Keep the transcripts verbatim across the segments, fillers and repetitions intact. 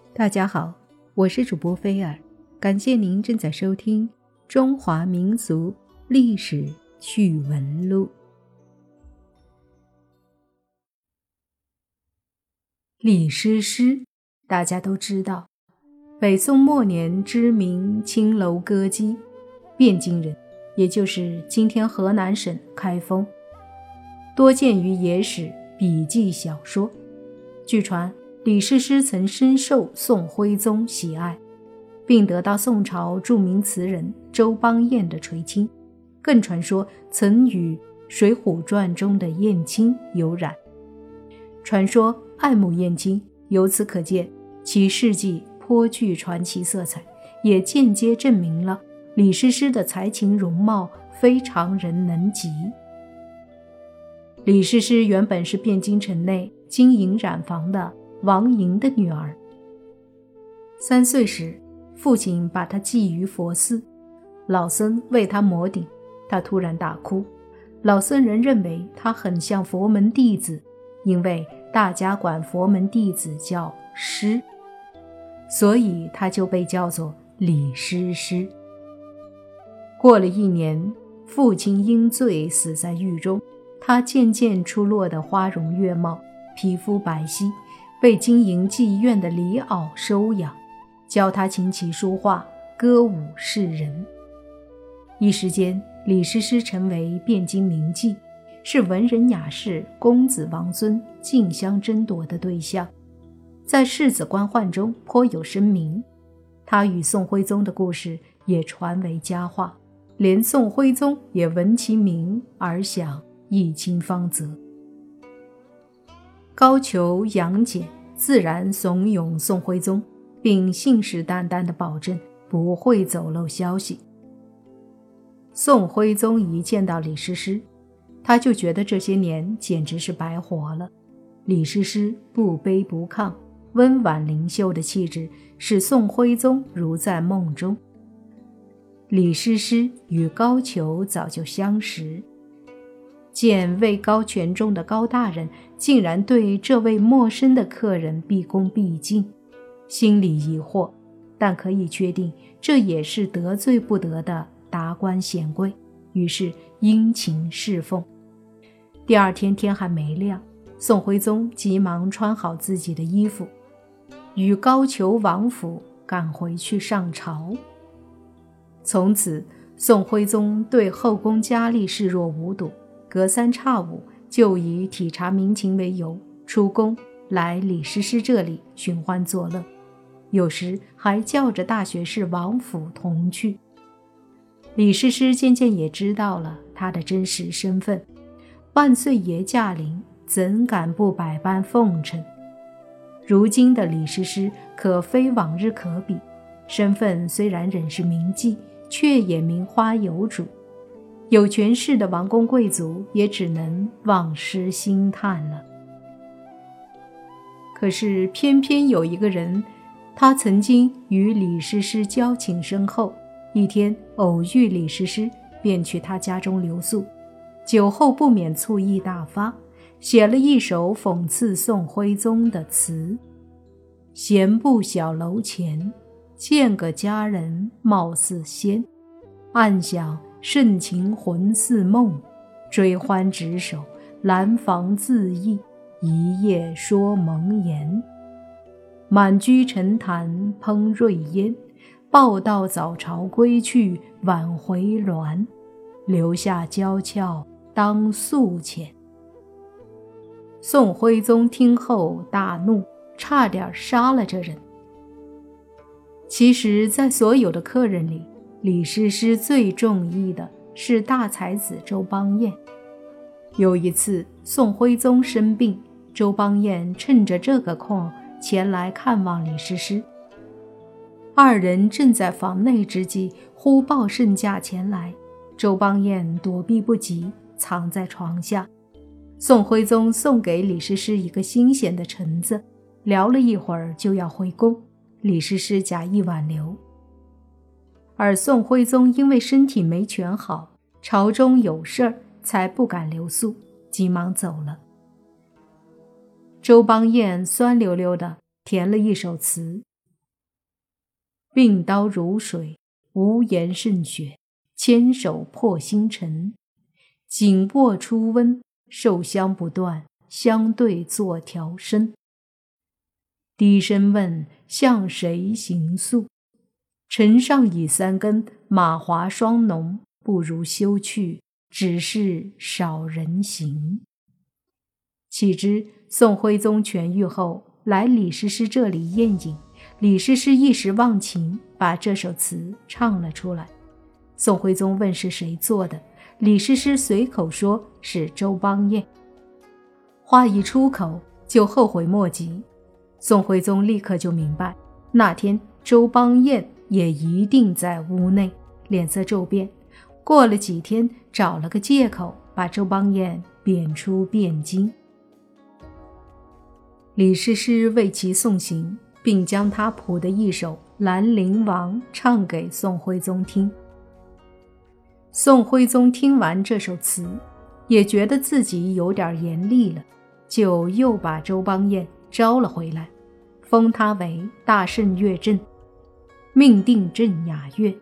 大家好，我是主播菲尔，感谢您正在收听《中华民俗历史趣闻录》。李师师大家都知道，北宋末年知名青楼歌姬，汴京人，也就是今天河南省开封，多见于野史、笔记小说。据传李师师曾深受宋徽宗喜爱，并得到宋朝著名词人周邦彦的垂青，更传说曾与《水浒传》中的燕青有染。传说爱慕燕青，由此可见其事迹颇具传奇色彩，也间接证明了李师师的才情容貌非常人能及。李师师原本是汴京城内经营染坊的王莹的女儿。三岁时，父亲把她寄于佛寺，老僧为她摩顶，她突然大哭。老僧人认为她很像佛门弟子，因为大家管佛门弟子叫师，所以她就被叫做李师师。过了一年，父亲因罪死在狱中，她渐渐出落得花容月貌，皮肤白皙，被经营妓院的李媪收养，教他琴棋书画、歌舞示人。一时间，李师师成为汴京名妓，是文人雅士、公子王孙竞相争夺的对象，在世子官宦中颇有声名。他与宋徽宗的故事也传为佳话，连宋徽宗也闻其名而想一亲芳泽。高俅、杨戬自然怂恿宋徽宗，并信誓旦旦地保证不会走漏消息。宋徽宗一见到李师师，他就觉得这些年简直是白活了。李师师不卑不亢，温婉灵秀的气质使宋徽宗如在梦中。李师师与高俅早就相识，见位高权重的高大人竟然对这位陌生的客人毕恭毕敬，心里疑惑，但可以确定这也是得罪不得的达官显贵，于是殷勤侍奉。第二天天还没亮，宋徽宗急忙穿好自己的衣服，与高俅往府赶回去上朝。从此宋徽宗对后宫佳丽视若无睹，隔三差五就以体察民情为由出宫来李师师这里寻欢作乐，有时还叫着大学士王府同去。李师师渐渐也知道了他的真实身份，万岁爷驾临，怎敢不百般奉承。如今的李师师可非往日可比，身份虽然仍是名妓，却也名花有主，有权势的王公贵族也只能望失兴叹了。可是偏偏有一个人，他曾经与李师师交情深厚，一天偶遇李师师，便去他家中留宿，酒后不免醋意大发，写了一首讽刺宋徽宗的词：闲步小楼前，见个佳人貌似仙，暗想盛情魂似梦，追欢执手兰房自缢，一夜说蒙言。满居沉檀烹瑞烟，报道早朝归去晚回鸾，留下娇俏当宿前。宋徽宗听后大怒，差点杀了这人。其实在所有的客人里，李师师最中意的是大才子周邦彦。有一次宋徽宗生病，周邦彦趁着这个空前来看望李师师。二人正在房内之际，忽报圣驾前来，周邦彦躲避不及，藏在床下。宋徽宗送给李师师一个新鲜的橙子，聊了一会儿就要回宫，李师师假意挽留。而宋徽宗因为身体没全好，朝中有事儿，才不敢留宿，急忙走了。周邦彦酸溜溜地填了一首词， 并刀如水，无言渗血，牵手破星辰。紧握初温，受香不断，相对作调身。低声问向谁行诉？尘上已三更，马华霜浓，不如休去，只是少人行。岂知宋徽宗痊愈后，来李师师这里宴饮，李师师一时忘情，把这首词唱了出来。宋徽宗问是谁做的，李师师随口说是周邦彦。话一出口，就后悔莫及。宋徽宗立刻就明白，那天周邦彦也一定在屋内，脸色骤变。过了几天，找了个借口，把周邦彦贬出汴京。李师师为其送行，并将他谱的一首《兰陵王》唱给宋徽宗听。宋徽宗听完这首词，也觉得自己有点严厉了，就又把周邦彦招了回来，封他为大圣乐正，命定镇雅乐。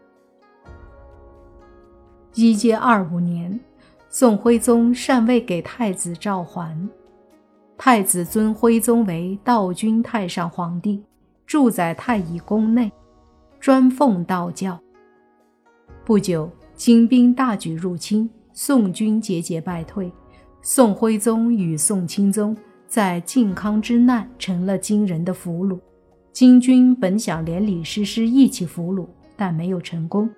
一阶二五年，宋徽宗禅位给太子赵桓，太子尊徽宗为道君太上皇帝，住在太乙宫内，专奉道教。不久，金兵大举入侵，宋军节节败退。宋徽宗与宋钦宗在靖康之难成了金人的俘虏。金军本想连李师师一起俘虏，但没有成功。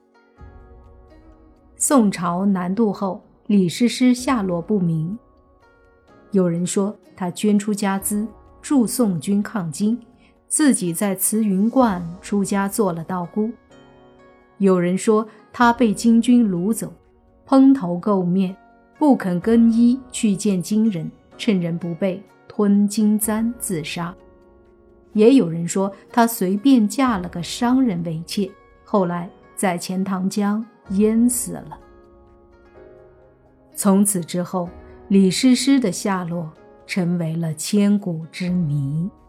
宋朝南渡后，李师师下落不明。有人说他捐出家资助宋军抗金，自己在慈云观出家做了道姑。有人说他被金军掳走，蓬头垢面，不肯更衣去见金人，趁人不备吞金簪自杀。也有人说他随便嫁了个商人为妾，后来在钱塘江淹死了。从此之后，李师师的下落成为了千古之谜。